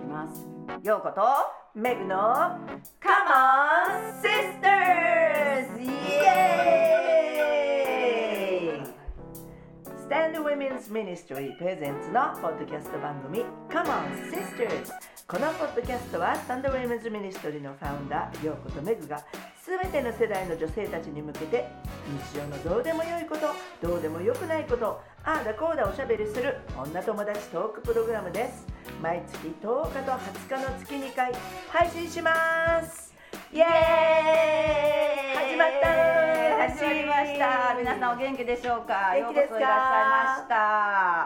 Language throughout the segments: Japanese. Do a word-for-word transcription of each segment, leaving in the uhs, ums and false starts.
ます。ようことメグの Come on Sisters! イエーイ Stand Women's Ministry Presents のポッドキャスト番組 Come on Sisters。 このポッドキャストは Stand Women's Ministry のファウンダーようことメグがすべての世代の女性たちに向けて日常のどうでもよいこと、どうでもよくないこと、ああだこうだおしゃべりする女友達トークプログラムです。毎月とおかとはつかの月にかい配信します。イエーイ、始まった始まりました。皆さんお元気でしょうか。 元気ですか。 ようこそいらっしゃいました、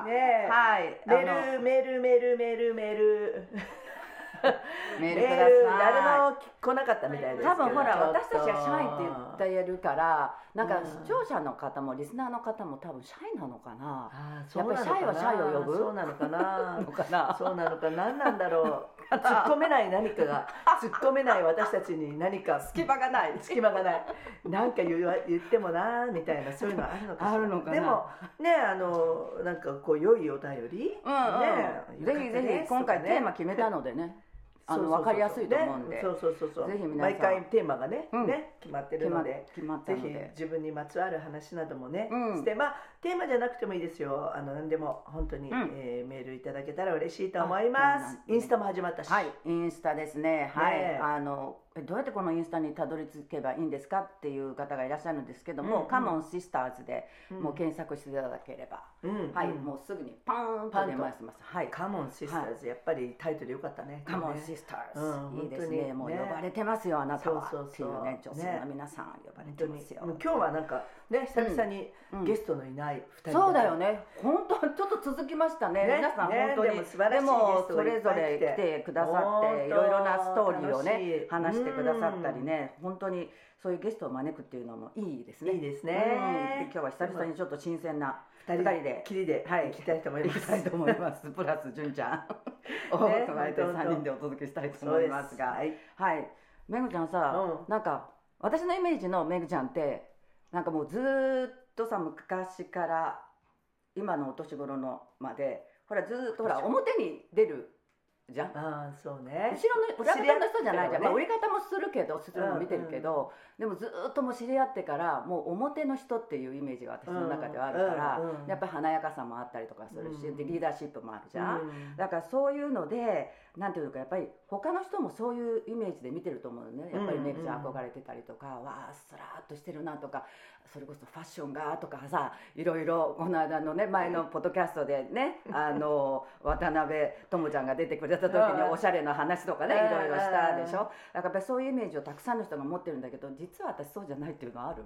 ね、 はい、 メルメルメルメルメルメールください。 誰も来なかったみたいですけど、 多分ほら私たちが社員って言ってやるからなんか視聴者の方もリスナーの方も多分社員なのかな。 あ、 やっぱり社員は社員を呼ぶ。 そうなのかなのかなそうなのか何なんだろう突っ込めない何かが突っ込めない私たちに何か隙間がない隙間がないなんか言わ言ってもなみたいなそういうのあるのかしら。 あるのかな。 でもね、あのなんかこう良いお便り、 うんうんね、 ぜひぜひ今回テーマ決めたのでね、あの分かりやすいと思うんで、 そうそうそうそう、 ぜひ皆さん毎回テーマがね、 うん、 ね決まってるので、 決まったのでぜひ自分にまつわる話などもね、 うん、 して、まあテーマじゃなくてもいいですよ。あの何でも本当に、うん、えー、メールいただけたら嬉しいと思います。インスタも始まったし、 はい、インスタですね。はい、 ね、 あのどうやってこのインスタにたどり着けばいいんですかっていう方がいらっしゃるんですけども、うんうん、カモンシスターズでもう検索していただければ、うん、はい、うん、もうすぐにパーンと出ますます。はい、 カモンシスターズ、やっぱりタイトル良かったね。 カモンシスターズ、 うん、 いいですね。もう呼ばれてますよ、あなたはっていうね、女性の皆さん呼ばれてますよ。 今日はなんかね、久々にゲストのいないふたり、 そうだよね。本当ちょっと続きましたね。皆さん本当にでもそれぞれ来てくださっていろいろなストーリーをね話してくださったりね、本当にそういうゲストを招くっていうのもいいですね。 いいですね。 今日は久々にちょっと新鮮なふたりできりで行きたいと思います。 行きたいと思います。プラス純ちゃんを加えてさんにんでお届けしたいと思いますが、はい。めぐちゃんさ、なんか私のイメージのめぐちゃんってなんかもうずっとさ昔から今のお年頃のまでほらずっとほら表に出るじゃん。 ああ、そうね。 後ろの裏方の人じゃないじゃん。まあ売り方もするけど、するの見てるけど、でもずっともう知り合ってからもう表の人っていうイメージが私の中ではあるから、やっぱり華やかさもあったりとかするし、でリーダーシップもあるじゃん。だからそういうのでなんていうかやっぱり他の人もそういうイメージで見てると思うのね。やっぱりメグちゃん憧れてたりとか、わあスラーっとしてるなとか、それこそファッションがとかさ、いろいろこの間のね前のポッドキャストでね、あの渡辺智ちゃんが出てくれた時におしゃれな話とかねいろいろしたでしょ。だからそういうイメージをたくさんの人が持ってるんだけど、実は私そうじゃないっていうのはある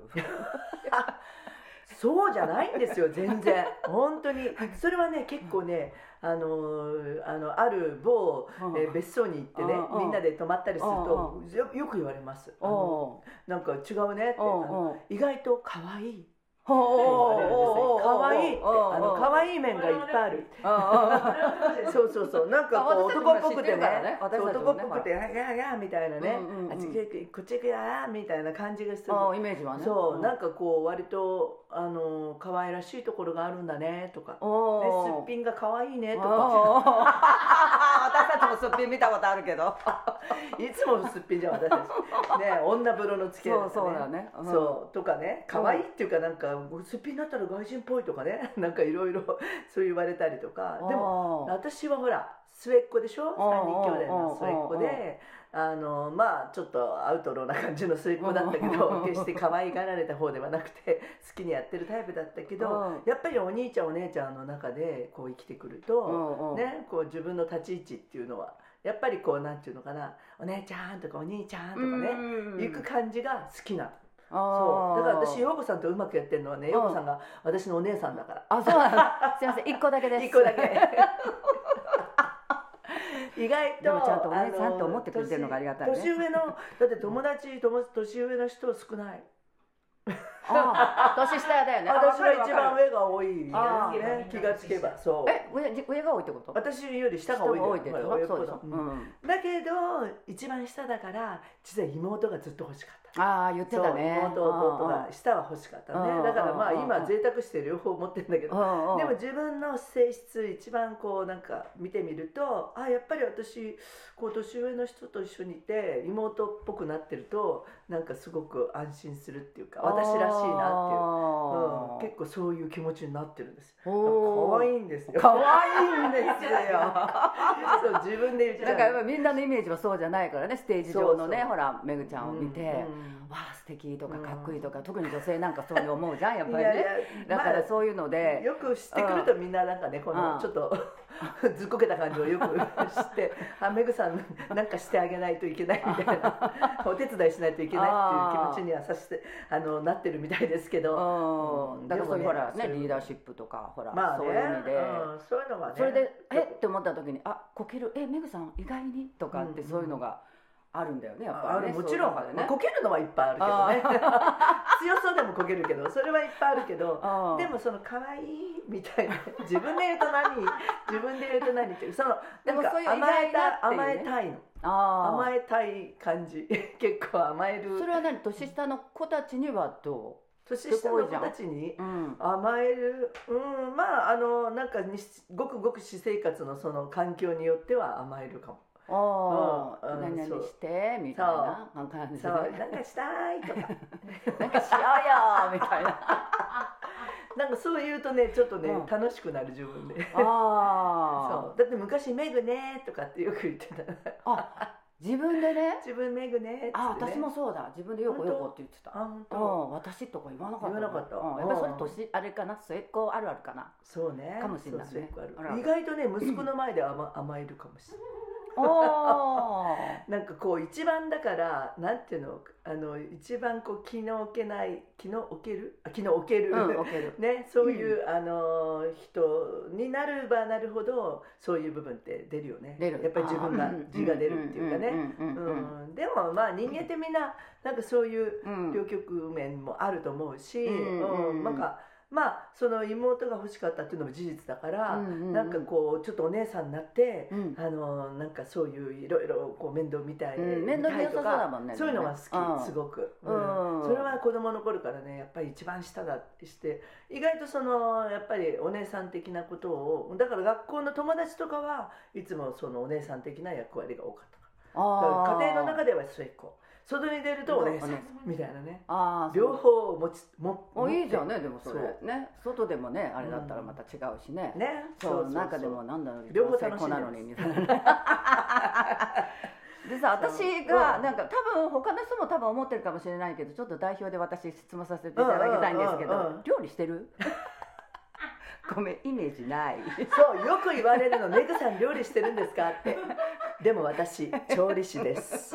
そうじゃないんですよ全然本当に。それはね結構ね、あのあのある某、えー、別荘に行ってね、みんなで泊まったりすると よ, よく言われます。あのなんか違うねって、あの意外と可愛い可愛いって、あの可愛い面がいっぱいあるそうそうそう、なんかこう男っぽくてね、男っぽくてやややみたいなね、あっちこっち行くやみたいな感じがするイメージはね。そう、 なんかこう割とあの可愛らしいところがあるんだねとか、すっぴんが可愛いねとか私たちもすっぴん見たことあるけどいつもすっぴんじゃん私たちね、女風呂の付き合いとかね、そうとかね、可愛いっていうかなんかすっぴんになったら外人っぽいとかね、なんかいろいろそう言われたりとか。でも私はほら末っ子でしょ、さんにん兄弟の末っ子で、あのまあちょっとアウトローな感じの末っ子だったけど、決して可愛がられた方ではなくて好きにやってるタイプだったけど、やっぱりお兄ちゃんお姉ちゃんの中でこう生きてくるとね、こう自分の立ち位置っていうのはやっぱりこうなんていうのかな、お姉ちゃんとかお兄ちゃんとかね行く感じが好きな。そうだから私陽子さんとうまくやってるのはね、陽子さんが私のお姉さんだから。 あ、そうなんだ。すいません、一個だけです。 一個だけ意外とでもちゃんとお姉さんって思ってくれてるのがありがたいね。 年上のだって友達友年上の人少ない。 ああ、年下だよね。 私が一番上が多いね、気がつけば。そう。 え、上上が多いってこと？ 私より下が多い。 多いでしょ。そうでしょ。 だけど一番下だから実は妹がずっと欲しかった。 ああ言ってたね。 妹弟が下は欲しかったね。だからまあ今贅沢して両方持ってるんだけど、でも自分の性質一番こうなんか見てみると、あやっぱり私こう年上の人と一緒にいて妹っぽくなってるとなんかすごく安心するっていうか、私らしいなっていう、うん、結構そういう気持ちになってるんです。可愛いんですよ。 可愛いんですよ。 そう自分で言っちゃう。 なんかやっぱみんなのイメージはそうじゃないからね、ステージ上のね、ほらめぐちゃんを見て、うんうん、わあ素敵とかかっこいいとか、うん、特に女性なんかそういう思うじゃんやっぱりね。いやいやだからそういうので、 まあ、よく知ってくるとみんななんかね、このちょっとずっこけた感じをよく知ってあめぐさんなんかしてあげないといけないみたいなお手伝いしないといけないっていう気持ちにはさせてあのなってるみたいですけど、 うん、だからそういうほらねリーダーシップとかほら、 まあね、 そういう意味で、うん、 そういうのがね、 それでえって思った時にあこけるえめぐさん意外にとかってそういうのがあるんだよね、やっぱりね。 ある、もちろん、ね、まあ、こけるのはいっぱいあるけどね強そうでもこけるけどそれはいっぱいあるけど、でもその可愛いみたいな自分で言うと何自分で言うと何ってそのなんか甘えた甘えたいの甘えたい感じ結構甘える。 それは何年下の子たちにはどう年下の子たちに甘える、うん、まああのなんかごくごく私生活のその環境によっては甘えるかも。 おー、うん、何々してみたいな感じで、 そうなんかしたいとかなんかしようよみたいななんかそう言うとねちょっとね、うん、楽しくなる自分であそうだって昔メグねとかってよく言ってたあ自分でね自分メグねって、ね、 あ私もそうだ自分でよこよこって言ってた。あ本当、うん、私とか言わなかった、 言わなかった、 うん、やっぱりそれ年あれかな末っ子あるあるかな。 そうねかもしれないね。 意外とね息子の前で 甘, 甘えるかもしれないなんかこう一番だからなんていうのあの一番こう気の置けない気の置けるあ気の置ける、 うん、置けるねそういう、うん、あの人になればなるほどそういう部分って出るよね。 出るやっぱり自分が自が出るっていうかね。でもまあ人間ってみんななんかそういう両極面もあると思うし、うん、なんか。まあその妹が欲しかったっていうのも事実だから、うんうんうん、なんかこうちょっとお姉さんになって、うん、あのなんかそういういろいろこう面倒見たい、 うん、面倒見よさそうだもんね。 そういうのが好き、うん、すごく、うんうん、それは子供の頃からねやっぱり一番下だってして意外とそのやっぱりお姉さん的なことをだから学校の友達とかはいつもそのお姉さん的な役割が多かったから、家庭の中では末っ子外に出るとお姉さんみたいなね。あ両方持ちもおいいじゃんね。でもそれね外でもねあれだったらまた違うしね。 ねそう中でもなんだろう両方楽しいなのにみたいな。でさ私がなんか多分他の人も多分思ってるかもしれないけどちょっと代表で私質問させていただきたいんですけど料理してる？ごめんイメージない。 そうよく言われるのメグさん料理してるんですかって。でも私調理師です。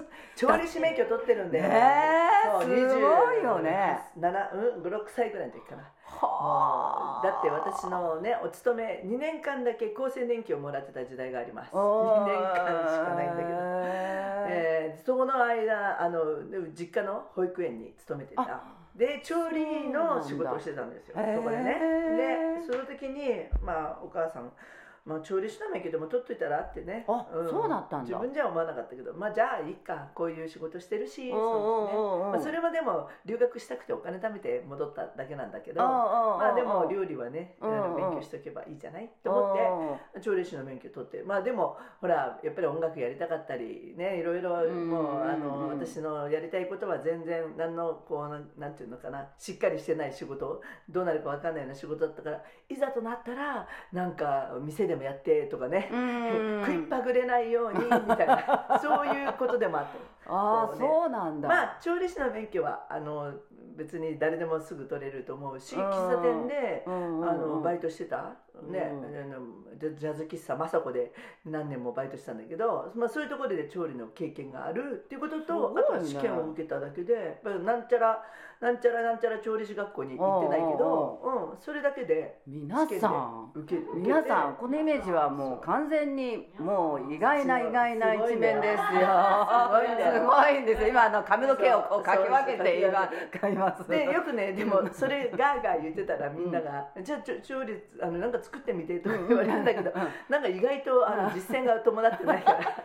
調理師免許取ってるんで、 ねすごいよね。 なな、うん、ご、ろくさいぐらいの時かな。はだって私のねお勤めにねんかんだけ厚生年金をもらってた時代があります。にねんかんしかないんだけど、えー、そこの間あの実家の保育園に勤めてた。で調理の仕事をしてたんですよ。そこでね。でその時にまあお母さんまあ調理師の免許でも取っといたらってね。 あ、うん、そうだったんだ。 自分じゃ思わなかったけど、まあじゃあいいかこういう仕事してるし、そね。まあそれはでも留学したくてお金貯めて戻っただけなんだけど、まあでも料理はね勉強しとけばいいじゃないと思って調理師の免許取って、まあでもほらやっぱり音楽やりたかったりねいろいろもうあの私のやりたいことは全然何のこうなんていうのかなしっかりしてない仕事どうなるか分かんないような仕事だったからいざとなったらなんか店ででもやってとかね食いっぱぐれないようにみたいなそういうことでもあった。 ああ そう,、ね、そうなんだ。 まあ調理師の免許はあの別に誰でもすぐ取れると思うし喫茶店で、うんうん、あのバイトしてた、ねうん、ジャズ喫茶雅子で何年もバイトしたんだけど、まあ、そういうところで調理の経験があるっていうことと、ね、あとは試験を受けただけでなんちゃらなんちゃらなんちゃら調理師学校に行ってないけど、うん、それだけで皆さん受け皆さんこのイメージはもう完全にもう意外な意外な一面ですよ。すごいんですよ。今あの髪の毛をこうかき分けて今買います。 でよくねでもそれガーガー言ってたらみんなが、うん、じゃあ調理あのなんか作ってみてとか言われるんだけど、なんか意外とあの実践が伴ってないから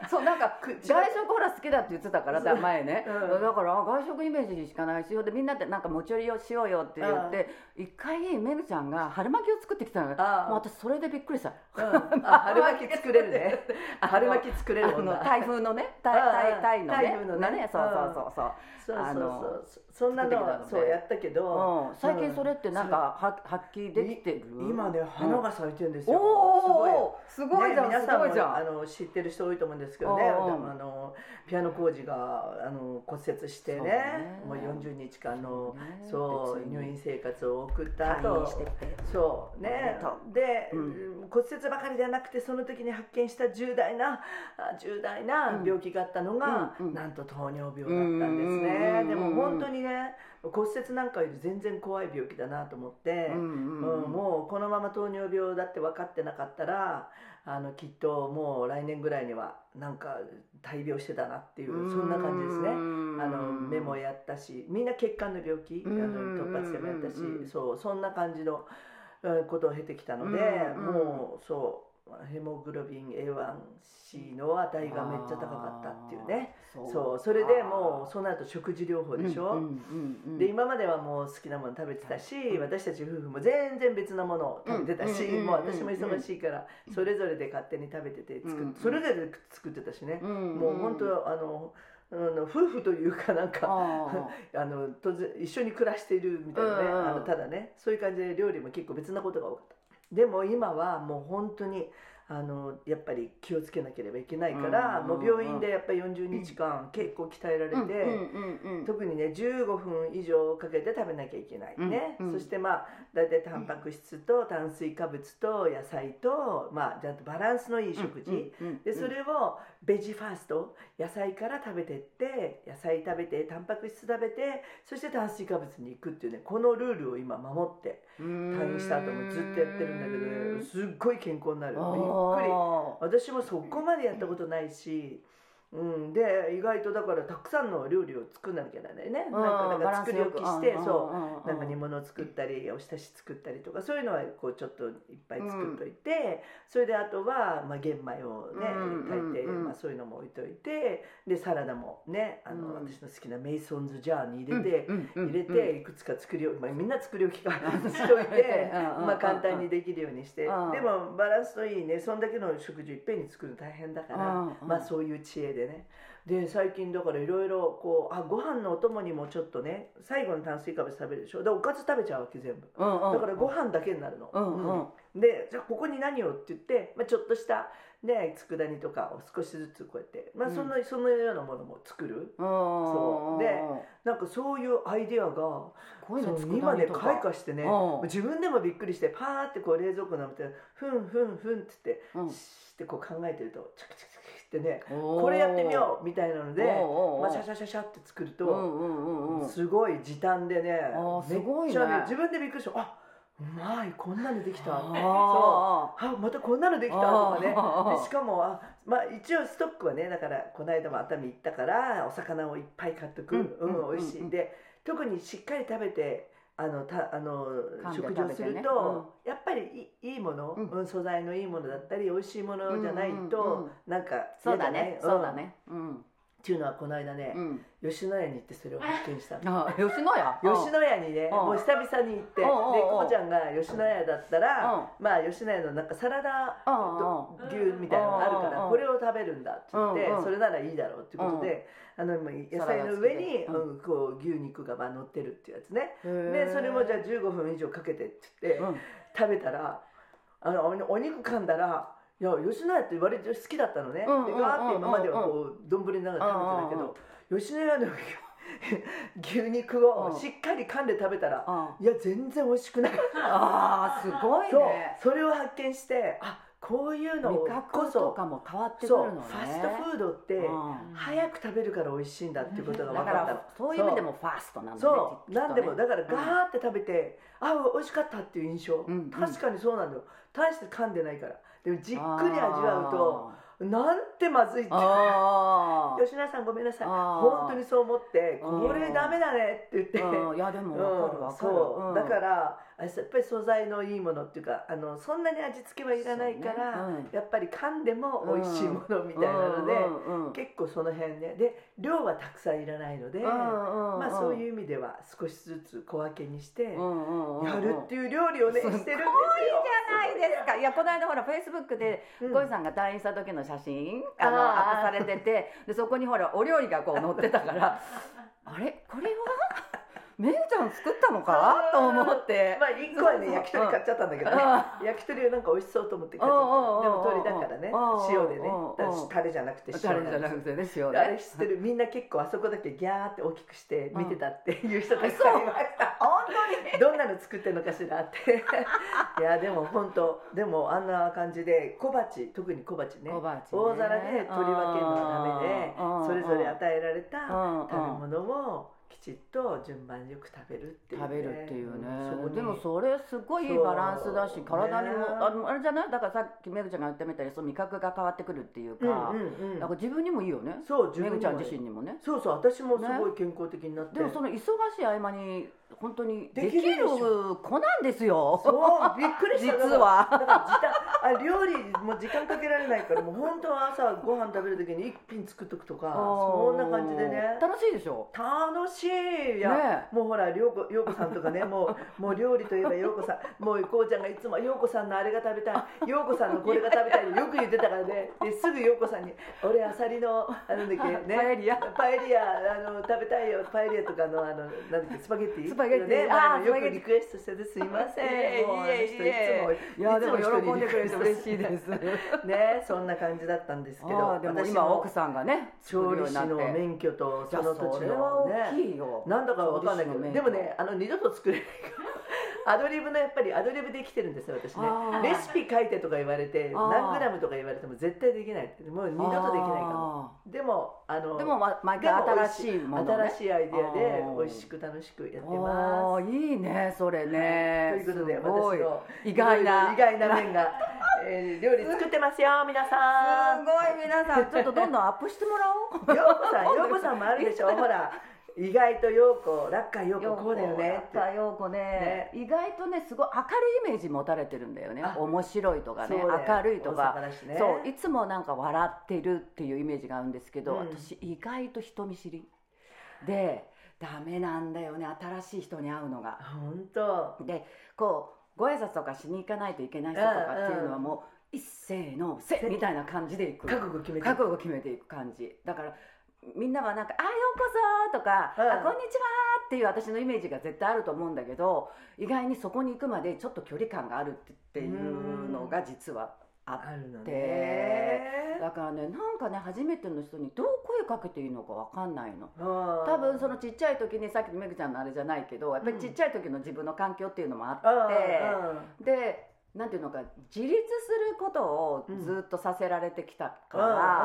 そうなんか外食ほら好きだって言ってたからだ前ね、うん、だから外食イメージしかないし、でみんなでなんか持ち寄りをしようよって言って一回めぐちゃんが春巻きを作ってきたのよ。もう私それでびっくりした、 うん、あ春巻き作れるね春巻き作れるもんだ、 台風のねタイのね、 台風のね、 そうそうそうそうそうそうそう、そんなのはそうやったけど、 最近それってなんか発揮できてる？ 今ね花が咲いてるんですよ。 すごい、すごいじゃん。 皆さんもあの知ってる人多いと思うんですけどね、あのピアノ工事があの骨折してね、もうよんじゅうにちかんのそう入院生活を送った後、そうね、で骨折ばかりではなくてその時に発見した重大な重大な病気があったのがなんと糖尿病だったんですね。でも本当にね、骨折なんかより全然怖い病気だなと思って、うんうん、もうこのまま糖尿病だって分かってなかったらあのきっともう来年ぐらいにはなんか大病してたなっていうそんな感じですね。あの目もやったし、みんな血管の病気、あの突発性もやったし、そうそんな感じのことを経てきたので、もうそうヘモグロビン エーワンシー の値がめっちゃ高かったっていうね。そうそれでもうその後食事療法でしょ。で今まではもう好きなもの食べてたし、私たち夫婦も全然別なものを食べてたし、もう私も忙しいからそれぞれで勝手に食べてて作っそれぞれで作ってたしね。もう本当あの夫婦というかなんかあの当然一緒に暮らしているみたいなね、あのただねそういう感じで料理も結構別なことが多かった。でも今はもう本当にあのやっぱり気をつけなければいけないから、もう病院でやっぱりよんじゅうにちかん結構鍛えられて、特にねじゅうごふん以上かけて食べなきゃいけないね、そしてまあ大体タンパク質と炭水化物と野菜とまあちゃんとバランスのいい食事で、それをベジファースト、野菜から食べてって、野菜食べてタンパク質食べて、そして炭水化物に行くっていうね、このルールを今守って退院した後もずっとやってるんだけどね、すっごい健康になる。びっくり。私もそこまでやったことないし、うん、で意外とだからたくさんの料理を作んなきゃならないね。なんかだから作り置きして、そうなんか煮物を作ったりおひたし作ったりとか、そういうのはこうちょっといっぱい作っといて、それであとはまあ玄米をね炊いて、まあそういうのも置いといて、でサラダもね、あの私の好きなメイソンズジャーに入れて入れていくつか作り置き、まあみんな作り置きかしといて、まあ簡単にできるようにして、でもバランスのいいね、そんだけの食事をいっぺんに作るの大変だから、まあそういう知恵ででね、で最近だからいろいろこうあご飯のお供にもちょっとね、最後の炭水化物食べるでしょ、でおかず食べちゃうわけ全部、うんうん、だからご飯だけになるの、うんうんうん、でじゃあここに何をって言って、まあ、ちょっとしたね佃煮とかを少しずつこうやって、まあ、その、うん、そのようなものも作る、うん、そうでなんかそういうアイデアが今ね開花してね、自分でもびっくりして、パーってこう冷蔵庫の中でふんふんふんって言って、うん、シーってこう考えてるとチャキチャキチャキってね、これやってみようみたいなので、まあ、シャシャシャシャって作ると、うんうんうん、すごい時短でね、めっちゃね、自分でびっくりした。あ、うまい、こんなのできた、そう、あ、またこんなのできたとかね。でしかもあ、まあ、一応ストックはね、だからこの間も熱海行ったからお魚をいっぱい買っとく、うんうん、美味しいんで、特にしっかり食べてあのたあの食事をすると、ね、うん、やっぱりいい、いいもの、うん、素材のいいものだったり美味しいものじゃないと、うんうんうん、なんかそうだね、そうだね、うん、 っていうのはこの間ね、うん、吉野家に行ってそれを発見した。 あ、吉野家吉野家にね、もう久々に行って、でこうちゃんが吉野家だったら、まあ吉野家のなんかサラダ牛みたいなのがあるから、これを食べるんだって言って、それならいいだろうっていうことで、あの野菜の上に、うん、こう牛肉が乗ってるっていうやつね。でそれもじゃあじゅうごふん以上かけてって言って、うん、食べたら、あのお肉噛んだら、いや吉野家って割と好きだったのね。でガーって今まではこう丼の中で食べてたけど、吉野家の牛肉をしっかり噛んで食べたら、いや全然美味しくなかった。 あー、すごいね。 そう、それを発見して、あ、こういうのこそとかも変わってくるのね。 ファストフードって早く食べるから美味しいんだっていうことが分かった。だからそういう意味でもファストなんだね。 そう、なんでもだからガーって食べて、あ、美味しかったっていう印象、確かにそうなんだよ。大して噛んでないから。でもじっくり味わうとなんてまずいって、吉野さんごめんなさい、本当にそう思ってこれダメだねって言って、 いやでも分かる分かる、 そうだからやっぱり素材のいいものっていうか、あのそんなに味付けはいらないから、やっぱり噛んでも美味しいものみたいなので、 結構その辺ねで量はたくさんいらないので、まあそういう意味では少しずつ小分けにしてやるっていう料理をねしてるんですよ。すごいじゃないですか。いやこの間ほらフェイスブックでゴイさんが退院した時の写真あのアップされてて、でそこにほらお料理がこう載ってたからあれこれはめぐちゃん作ったのかと思って、 まあいっこはね焼き鳥買っちゃったんだけどね、焼き鳥はなんか美味しそうと思って買っちゃった。でも鳥だからね塩でね、タレじゃなくて塩タレじゃなくてね塩ね。 あれ知ってる？みんな結構あそこだけギャーって大きくして見てたっていう人たちがいました。本当にどんなの作ってんのかしらっていやでも本当でもあんな感じで小鉢、特に小鉢ね、大皿で取り分けるのはダメで、それぞれ与えられた食べ物をきちっと順番よく食べるっていう、ね、 食べるっていうね。でもそれすごいいいバランスだし、体にも、ね、あのあれじゃない？だからさっきめぐちゃんが言ったみたいにその味覚が変わってくるっていうか、うんうんうん、だから自分にもいいよね。そうめぐちゃん自身にもね。 そうそう私もすごい健康的になって、 ね、でもその忙しい合間に本当にできる子なんですよ。 そうびっくりした。 実はだから時短あ料理も時間かけられないからもう本当は朝ご飯食べる時に一品作っとくとかそんな感じでね。 楽しいでしょ。 楽しい。いや、ね、もうほら陽子陽子さんとかねもうもう料理といえば陽子さんもうこうちゃんがいつも陽子さんのあれが食べたい陽子さんのこれが食べたいよく言ってたからね。ですぐ陽子さんに俺アサリのあのだっけねパエリアパエリアあの食べたいよパエリアとかのあのなんだっけスパゲッティスパゲッティ、 ね、あよくリクエストしててすいません。いえいえいやでも喜んでくれて嬉しいですね。そんな感じだったんですけど、 でも今奥さんがね調理師の免許とその土地のねなんだかわかんないけどでもねあの二度と作れないからアドリブのやっぱりアドリブで生きてるんですよ私ね。レシピ書いてとか言われて何グラムとか言われても絶対できないってもう二度とできないかも。でもあのでも毎回新しいものね新しいアイデアで美味しく楽しくやってます。 いいねそれね。 ということで私の意外な意外な面がえー、料理作ってますよ皆さん。すごい皆さんちょっとどんどんアップしてもらおう。 ようこさんようこさんもあるでしょほら意外と陽子ラッカー陽子こうだよねって。 ラッカー陽子 ね, ね意外とねすごい明るいイメージ持たれてるんだよね。面白いとかね明るいとか、ね、そういつもなんか笑ってるっていうイメージがあるんですけど、うん、私意外と人見知りでダメなんだよね新しい人に会うのが。 本当でこうご挨拶とかしに行かないといけない人とかっていうのはもう一斉のせみたいな感じでいく覚悟決めて覚悟決めていく感じだからみんなはなんか「あようこそ」とか「あこんにちは」っていう私のイメージが絶対あると思うんだけど意外にそこに行くまでちょっと距離感があるっていうのが実はあって、だからねなんかね初めての人にどう声かけていいのか分かんないの。多分そのちっちゃい時にさっきのめぐちゃんのあれじゃないけどやっぱりちっちゃい時の自分の環境っていうのもあって、でなんていうのか自立することをずっとさせられてきたから、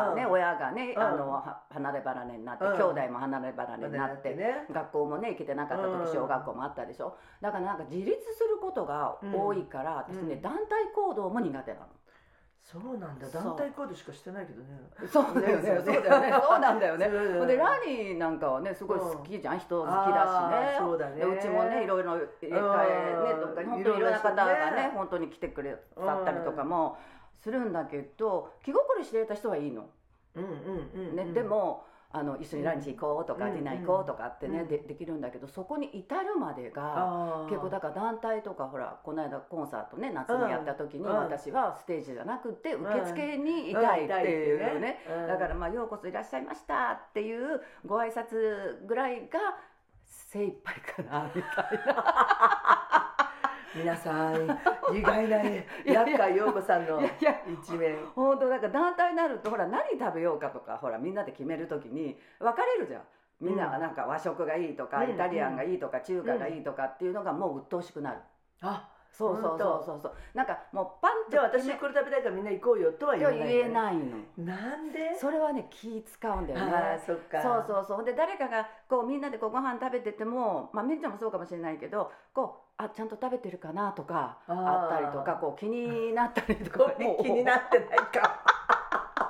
うんね、親がね、うん、あの離れ離れになって、うん、兄弟も離れ離れになって、ね、学校もね行けてなかった時、うん、小学校もあったでしょ。だからなんか自立することが多いから、うん、私ね団体行動も苦手なの。 そうなんだ団体行動しかしてないけどね。 そうだよねそうだよねそうなんだよね。でラニーなんかはねすごい好きじゃん、人好きだしね。 そうだね。 うちもねいろいろ入れ替えねとか本当にいろんな方がね本当に来てくれさったりとかもするんだけど気心知れた人はいいの。 うんうんうんねでもあの一緒にランチ行こうとか、うん、ディナー行こうとかってね、うん、で, できるんだけどそこに至るまでが結構だから団体とかほらこの間コンサートね夏にやった時に、うん、私はステージじゃなくて受付にいたいっていうね、うん、だからまあようこそいらっしゃいましたっていうご挨拶ぐらいが精一杯かなみたいな皆さん意外なねラッカー陽子さんの一面。 本当なんか団体になるとほら何食べようかとかほらみんなで決める時に分かれるじゃん。みんながなんか和食がいいとか、うん、イタリアンがいいとか、うん、中華がいいとかっていうのがもう鬱陶しくなる。 あそうそうそうそうそうなんかもうパンとじゃあ私これ食べたいからみんな行こうよとは言えない、ね、 言えないの。 なんでそれはね気使うんだよね。 あそっかそうそうそうで誰かがこうみんなでこうご飯食べててもまあみんちゃんもそうかもしれないけどこうあちゃんと食べてるかなとかあったりとかこう気になったりとか気になってないか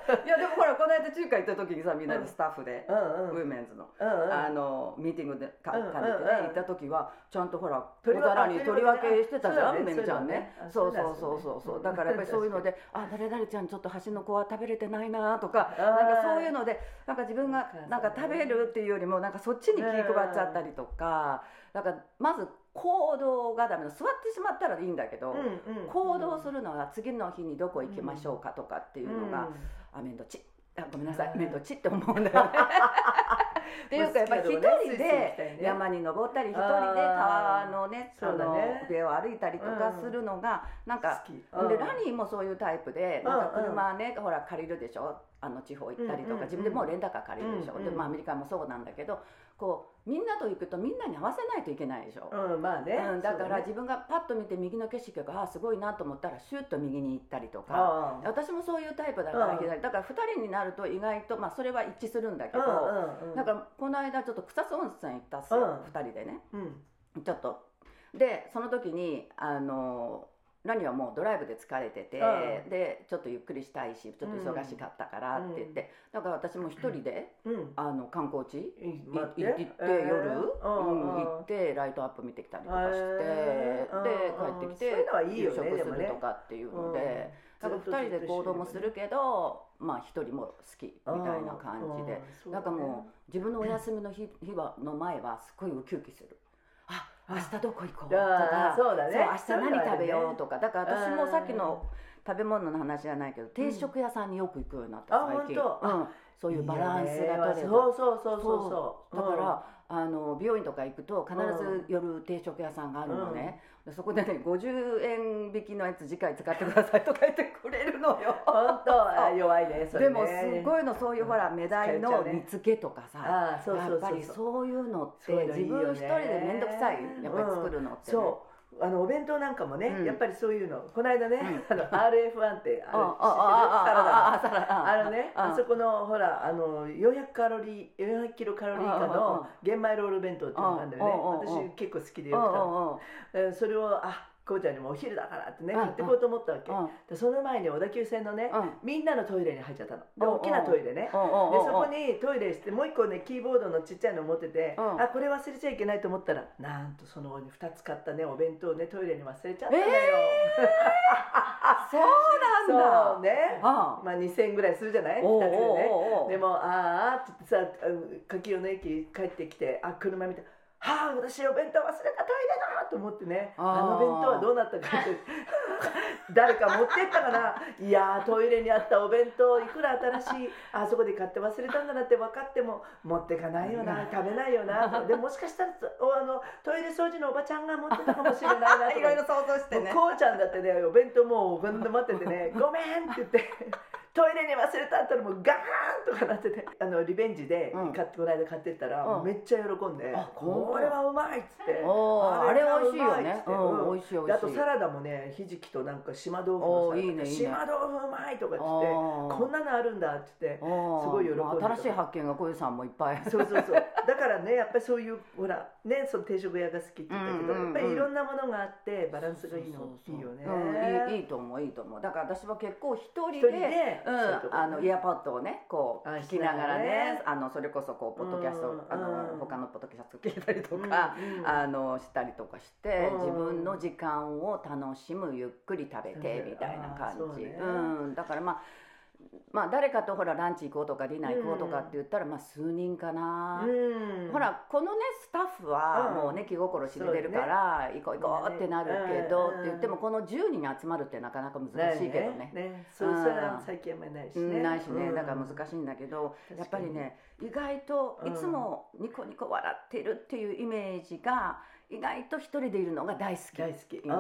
いやでもほらこの間中華行った時にさみんなでスタッフで、 うんうん、 ウーメンズの、 うんうん、 あのミーティングでか兼ねてね、 うんうんうん、 行った時はちゃんとほら小皿に取り分けしてたじゃん、めみちゃんね。そうそうそうそうそう、だからやっぱりそういうのであ誰々ちゃんちょっと端の子は食べれてないなとか、なんかそういうのでなんか自分がなんか食べるっていうよりもなんかそっちに気配っちゃったりとか、なんかまず行動がダメな、座ってしまったらいいんだけど、うんうん、行動するのは次の日にどこ行きましょうかとかっていうのが、うん、あ面倒ちあごめんなさい面倒ちって思うんだよねっていうかやっぱり一人で山に登ったり一人で川のねあの上を歩いたりとかするのがなんか、でラニーもそういうタイプでなんか車ねほら借りるでしょ、あの地方行ったりとか自分でもうレンタカー借りるでしょ、でまあアメリカもそうなんだけど、こうみんなと行くとみんなに合わせないといけないでしょ、 うんまあね、 うん、だから自分がパッと見て右の景色があすごいなと思ったらシュッと右に行ったりとか、私もそういうタイプだから左だからふたりになると意外とまあそれは一致するんだけど、だからこの間ちょっと草津温泉行ったっすよ、ふたりでね、うん、ちょっとでその時にあのラニはもうドライブで疲れてて、うん、でちょっとゆっくりしたいしちょっと忙しかったからって言って、うん、だから私も一人で、うん、あの観光地、うん、行って、えー、夜、うんうん、行ってライトアップ見てきたりとかして、えー、で帰ってきて夕食するとかっていうので、だからふたりで行動もするけど、まあ一人も好きみたいな感じで、なんかもう自分のお休みの日の前はすごいウキウキする。あ明日どこ行こうとか、 そうだね、 そう明日何食べようとか、だから私もさっきの食べ物の話じゃないけど定食屋さんによく行くようになった最近、うん、そういうバランスが取れた、 そうそうそうそうそうだから、あの美容院とか行くと必ず夜定食屋さんがあるのね、うん、そこでねごじゅうえん引きのやつ次回使ってくださいとか言ってくれるのよ本当弱いねそれね。 でもすごいのそういうほらメダイの煮付けとかさ、やっぱりそういうのって自分一人で面倒くさいやっぱり作るのってね、 そうあのお弁当なんかもね、うん、やっぱりそういうのこの間ね、うん、あの アールエフワン ってある知ってるサラダあのねあそこのほらあのよんひゃくカロリーよんひゃくキロカロリー以下の玄米ロール弁当っていうのがあるんだよね。私結構好きでよく食べる。それをあこうちゃんにもお昼だからってね買ってこうと思ったわけ、うん、でその前に小田急線のね、うん、みんなのトイレに入っちゃったので大きなトイレね、でそこにトイレしてもう一個ねキーボードのちっちゃいの持ってて、うん、あこれ忘れちゃいけないと思ったらなんとそのふたつ買ったねお弁当ねトイレに忘れちゃったのよ、えー、そうなんだそうね、ああまあにせんえんぐらいするじゃないふたつでね。でもああって言ってさ柿生の駅帰ってきてあ車見てはあ私お弁当忘れたトイレだと思ってね、あの弁当はどうなったかって誰か持ってったかな、いやトイレにあったお弁当いくら新しいあそこで買って忘れたんだなって分かっても持ってかないよな食べないよなでもしかしたらあのトイレ掃除のおばちゃんが持ってたかもしれないなとかいろいろ想像してね、 こうちゃんだってねお弁当もうお弁当待っててねごめんって言ってトイレに忘れたったらもうガーンとかなってて、あのリベンジで買って、うん、この間買ってったら、うん、めっちゃ喜んで、うん、これはうまいっつって、 あれ美味しいよね、うん、美味しい美味しい。 あとサラダもねひじきとなんか島豆腐のサラダ、いいねいいね、島豆腐うまいとかっつってこんなのあるんだっつってすごい喜んで、まあ、新しい発見が小遊さんもいっぱいそうそうそうだからねやっぱりそういうほらねその定食屋が好きって言ったけど、うんうんうん、やっぱりいろんなものがあってバランスがいいのいいよね、 うん、いい、いいと思ういいと思う。だから私は結構一人で、でうん、あのイヤーポッドをねこう聞きながらね、あのそれこそこうポッドキャスト、うん、あの他のポッドキャスト聞いたりとか、うんうん、あのしたりとかして、うん、自分の時間を楽しむゆっくり食べてみたいな感じ、ね、うん、だからまあまあ誰かとほらランチ行こうとかディナー行こうとかって言ったらまあ数人かな、うん、ほらこのねスタッフはもうね気心知れてるから行こう行こうってなるけどって言ってもこのじゅうにん集まるってなかなか難しいけどね、 ねそうそれは最近あんまりないしねないしね、だから難しいんだけどやっぱりね意外といつもニコニコ笑ってるっていうイメージが意外と一人でいるのが大好き大好き、うん、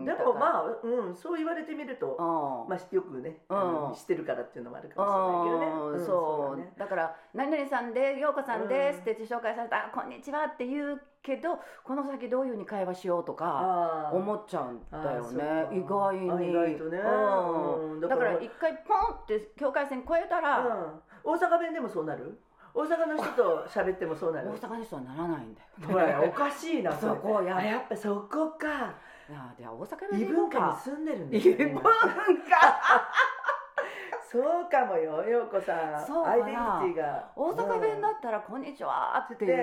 でもまあ、うん、そう言われてみると、まあ、よくね、うん、知ってるからっていうのもあるかもしれないけどね、うん、 そう、そうだね、だから何々さんで陽子さんですって紹介された、うん、こんにちはって言うけどこの先どういうふうに会話しようとか思っちゃうんだよね意外に意外とね、 うん、だから一回ポンって境界線越えたら、 うん、大阪弁でもそうなる大阪の人と喋ってもそうなる。 大阪の人はならないんだよ。 ほらおかしいなそこや。 やっぱそこか。 いやでは大阪弁異文化に住んでるんですよ、ね。異文化。 そうかもよ、陽子さん。 そうかな。 アイデンティティが大阪弁だったらこんにちはって言って、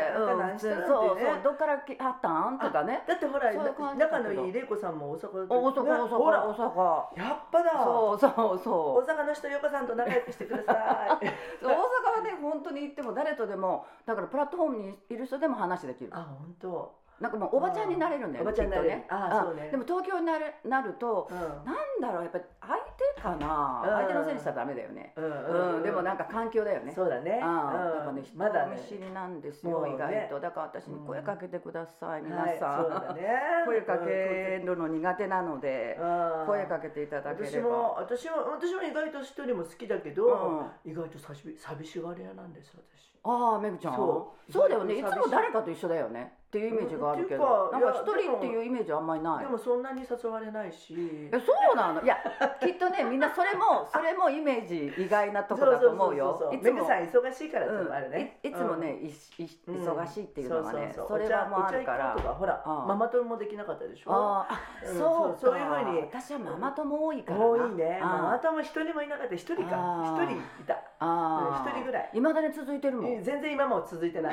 なんか何してるってね。 そうそう、どっから来はったんとかね。 だってほら仲のいい玲子さんも大阪大阪大阪大阪。 やっぱだ。 そうそうそう。 大阪の人陽子さんと仲良くしてください。 大阪はね本当に行っても誰とでもだからプラットフォームにいる人でも話できる。 あ本当。 なんかもうおばちゃんになれるんだよね。おばちゃんになれる。あそうね。でも東京になるなるとなんだろうやっぱり相手かな。相手のせいにしたらダメだよね。うんでもなんか環境だよね。 そうだね。 なんかね人見知りなんですよ意外と。だから私に声かけてください皆さん。声かけるの苦手なので声かけていただければ。 私も私も私も意外と一人も好きだけど意外と寂しがり屋なんです私。 ああめぐちゃん。そうだよね。いつも誰かと一緒だよね。っていうイメージがあるけど、なんか一人っていうイメージはあんまりない。 でもそんなに誘われないし。 え、そうなの。いや、きっとね、みんなそれもそれもイメージ意外なとこだと思うよ。 いつもさん忙しいからってのもあるね。 いつもね、忙しいっていうのがね、それはもうあるから。 ほら、ママ友もできなかったでしょ。 ああ、そうそういうふうに。私はママ友多いから。 多いね。ママ友一人もいなかった。一人か。一人いた。ああ、一人ぐらい。 いまだに続いてるもん。 全然今も続いてない。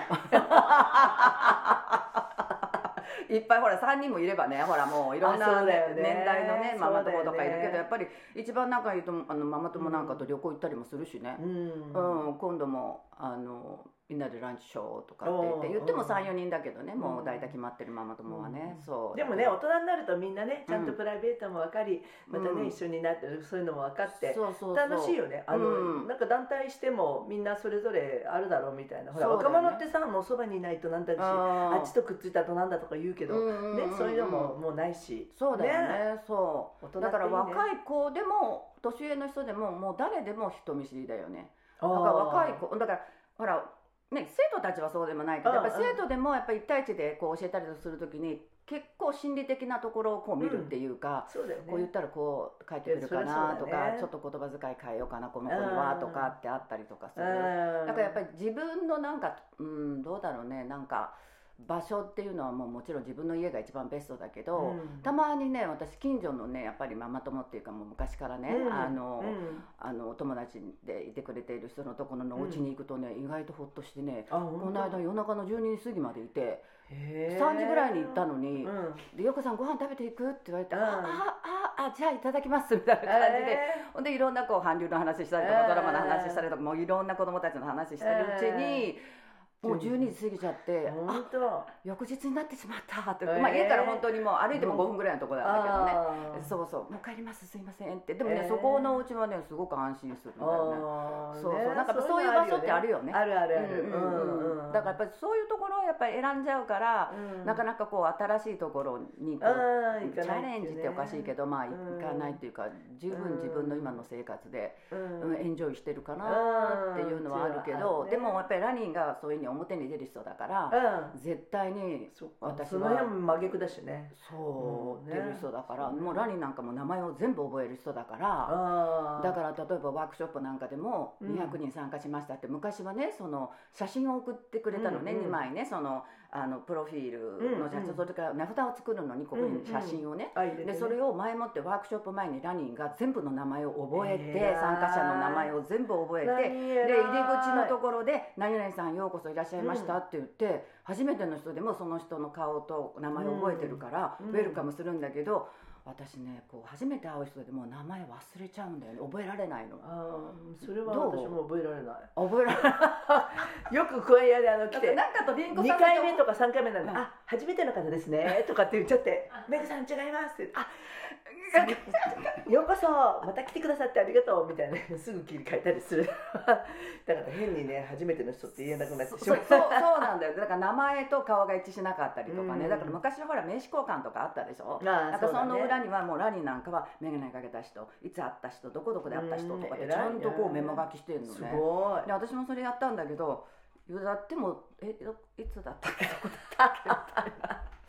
いっぱいほらさんにんもいればねほらもういろんな年代のねママ友とかいるけどやっぱり一番仲いいとあのママ友なんかと旅行行ったりもするしね、うん今度もあのみんなでランチしようとかって言って言ってもさんよにんだけどねもう大体決まってるママ友はね、そうでもね大人になるとみんなねちゃんとプライベートも分かりまたね一緒になってそういうのも分かって楽しいよね。あのなんか団体してもみんなそれぞれあるだろうみたいなほら若者ってさもうそばにいないとなんだしあっちとくっついたとなんだとか言うけどねそういうのももうないしそうだよねそうだから若い子でも年上の人でももう誰でも人見知りだよね。だから若い子だからほらね、生徒たちはそうでもないけどやっぱり生徒でもやっぱりいち対いちでこう教えたりするときに結構心理的なところをこう見るっていうか、うん うね、こう言ったらこう書いてくるかなとか、ね、ちょっと言葉遣い変えようかなこの子にはとかってあったりとかする。だからやっぱり自分のなんか、うん、どうだろうねなんか場所っていうのはもうもちろん自分の家が一番ベストだけど、うん、たまにね私近所のねやっぱりママ友っていうかもう昔からね、うん、あの、うん、あのお友達でいてくれている人のところのお家に行くとね、うん、意外とほっとしてねこの間夜中のじゅうにじ過ぎまでいてさんじぐらいに行ったのに「で陽子さんご飯食べていく?」って言われて「あああじゃあいただきます」みたいな感じで、ほんでいろんなこう韓流の話したりとかドラマの話したりとかもういろんな子供たちの話してるうちに。もうじゅうにじ過ぎちゃってあ翌日になってしまったって、まあ、家から本当にもう歩いてもごふんぐらいのところなんだけどね、そうそうもう帰りますすいませんってでもねそこのお家はねすごく安心するんだよね。そうそうなんかそういう場所ってあるよね。 あるあるある。 だからやっぱりそういうところをやっぱり選んじゃうからなかなかこう新しいところにこうチャレンジっておかしいけどまあ行かないっていうか十分自分の今の生活でエンジョイしてるかなっていうのはあるけどでもやっぱりラニーがそういうふうに表に出る人だから、うん、絶対に私はその辺も真逆だしねそう、うんね、出る人だから、うん、もうラニーなんかも名前を全部覚える人だからだから例えばワークショップなんかでもにひゃくにん参加しましたって、うん、昔はねその写真を送ってくれたのね、うんうん、にまいねそのあのプロフィールの写真、うんうん、それから名札を作るのにここに写真をね、うんうん、でそれを前もってワークショップ前にラニーが全部の名前を覚えて、えー、参加者の名前を全部覚えてで入り口のところで「何々さんようこそいらっしゃいました」って言って、うん、初めての人でもその人の顔と名前を覚えてるから、うん、ウェルカムするんだけど私ねこう初めて会う人でも名前忘れちゃうんだよね覚えられないの。 あそれは私も覚えられない覚えられないよく声屋であの来てなんかとリンゴさんにかいめとかさんかいめなんで「あ初めての方ですね」とかって言っちゃって「めぐさん違います」って「あようこそまた来てくださってありがとう」みたいなすぐ切り替えたりするだから変にね初めての人って言えなくなってしまう。 そうそうなんだよだから名前と顔が一致しなかったりとかね、うん、だから昔はほら名刺交換とかあったでしょ。なんかその裏にはもうラニーなんかは眼鏡かけた人いつ会った人どこどこで会った人とかってちゃんとこうメモ書きしてるのね。すごいで私もそれやったんだけどだってもえいつだったっけどこだったっけみたいな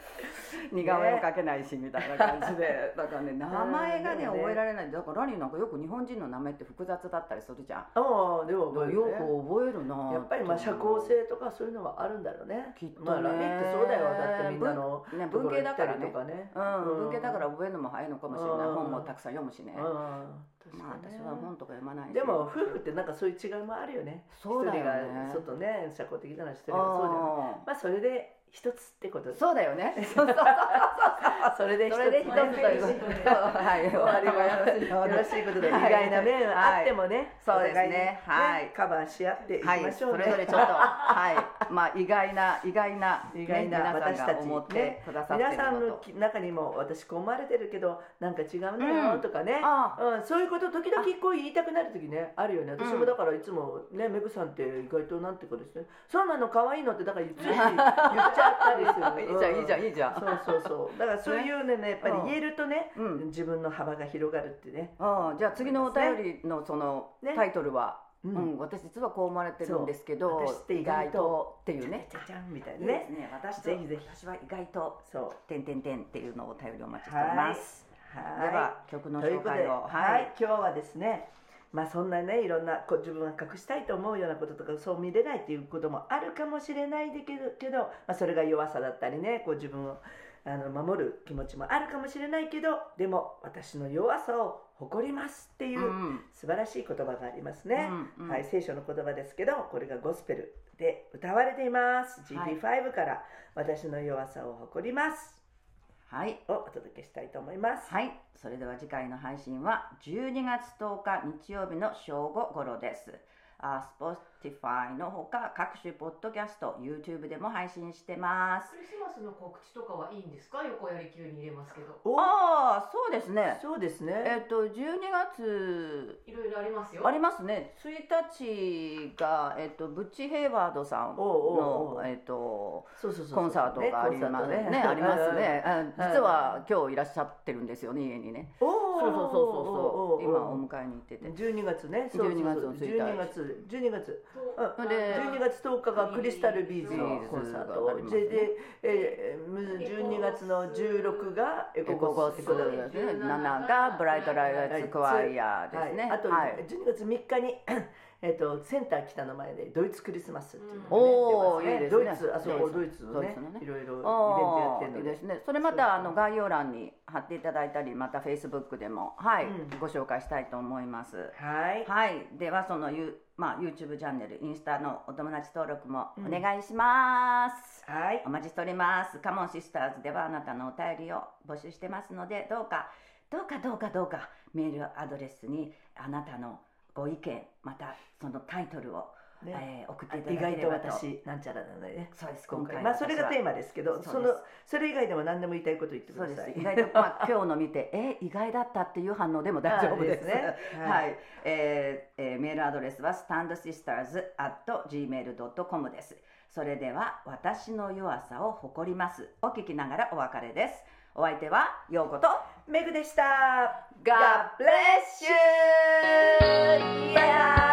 似顔絵も描けないしみたいな感じでだからね名前がね覚えられない。だからラニーなんかよく日本人の名前って複雑だったりするじゃん。 ああでも覚えるね、 よく覚えるな。 やっぱりまあ社交性とかそういうのはあるんだろうね。 きっとね。 まあラニーってそうだよ。だってみんなのね文系だからね。 とかね、 うん、文系だから覚えるのも早いのかもしれない。本もたくさん読むしね。 うん、 まあ私は本とか読まないし。 でも夫婦ってなんかそういう違いもあるよね。 そうだよね。 一人がちょっとね社交的なの一人がそうだよね。まあそれで一つってことそうだよね。そうそうそうそれで一つということで、はい終わりもよろしいことで、意外な面あってもね、 そうですね、 はいカバーし合っていきましょうね。 それぞれちょっとはいまあ意外な意外な意外な私たち思ってくださってる皆さんの中にも私こう思われてるけどなんか違うんだよとかね、そういうこと時々こう言いたくなる時ねあるよね。私もだからいつもねメグさんって意外となんていうかですね、そうなの可愛いのってだからつい言っちゃったりする。 いいじゃんいいじゃんいいじゃん。 そうそうそう。だからそういうねやっぱり言えるとね、自分の幅が広がるってね。 ああじゃあ次のお便りのそのタイトルは、うん私実はこう思われてるんですけど、 私って意外とっていうね。 じゃじゃんみたいなね。 私ぜひぜひ私は意外とそう点点点っていうのをお便りお待ちしております。では曲の紹介をはい今日はですね。まあそんなねいろんなこう自分が隠したいと思うようなこととかそう見れないっていうこともあるかもしれないけど、けどまあ、それが弱さだったりねこう自分をあの守る気持ちもあるかもしれないけどでも私の弱さを誇りますっていう素晴らしい言葉がありますね、うんうん、はい聖書の言葉ですけどこれがゴスペルで歌われています、はい、ジーピーファイブ から私の弱さを誇りますはい、をお届けしたいと思います。 はい、それでは次回の配信はじゅうにがつとおか日曜日の正午頃です。あ Spotify のほか各種ポッドキャスト YouTube でも配信してます。 クリスマスの告知とかはいいんですか？横やり級に入れますけど。 ああそうですねそうですねえっ、ー、とじゅうにがついろいろありますよ。 ありますね。ついたちが、えっ、ー、とブッチ・ヘイワードさんのえっ、ー、とコンサートがありますね。ねありますね。実は今日いらっしゃってるんですよね家にね。そうそうそうそうそう今お迎えに行っててじゅうにがつねじゅうにがつのついたちじゅうにがつじゅうにがつでじゅうにがつとおかがクリスタルビーズのコンサートでで、えー、じゅうにがつのじゅうろくがエコゴスですねなながブライトライツクワイヤーですね、 はい、あと、はい、じゅうにがつみっかにえっとセンター北の前でドイツクリスマスっていうのがね、 おおいいですね。 ドイツあそこドイツのねいろいろイベントやってるのでいいですね。それまたあの概要欄に貼っていただいたりまた Facebook でもはい、うん、ご紹介したいと思います。 はいはいではそのゆまあ YouTube チャンネルインスタのお友達登録もお願いします。 うん、はいお待ちしております。カモンシスターズではあなたのお便りを募集してますのでどうかどうかどうかどうかメールアドレスにあなたのご意見またそのタイトルを、ねえー、送っていただければと。 意外と私なんちゃらなのでね。 そうです今回まあそれがテーマですけどそのそれ以外でも何でも言いたいこと言ってください。 そうです意外と、まあ、今日の見てえ意外だったっていう反応でも大丈夫ですね。はい、はい、えーえー、メールアドレスは スタンドシスターズ アット ジーメール ドット コム です。それでは私の弱さを誇りますを聞きながらお別れです。お相手はようことメグでした。 God bless you! Yeah!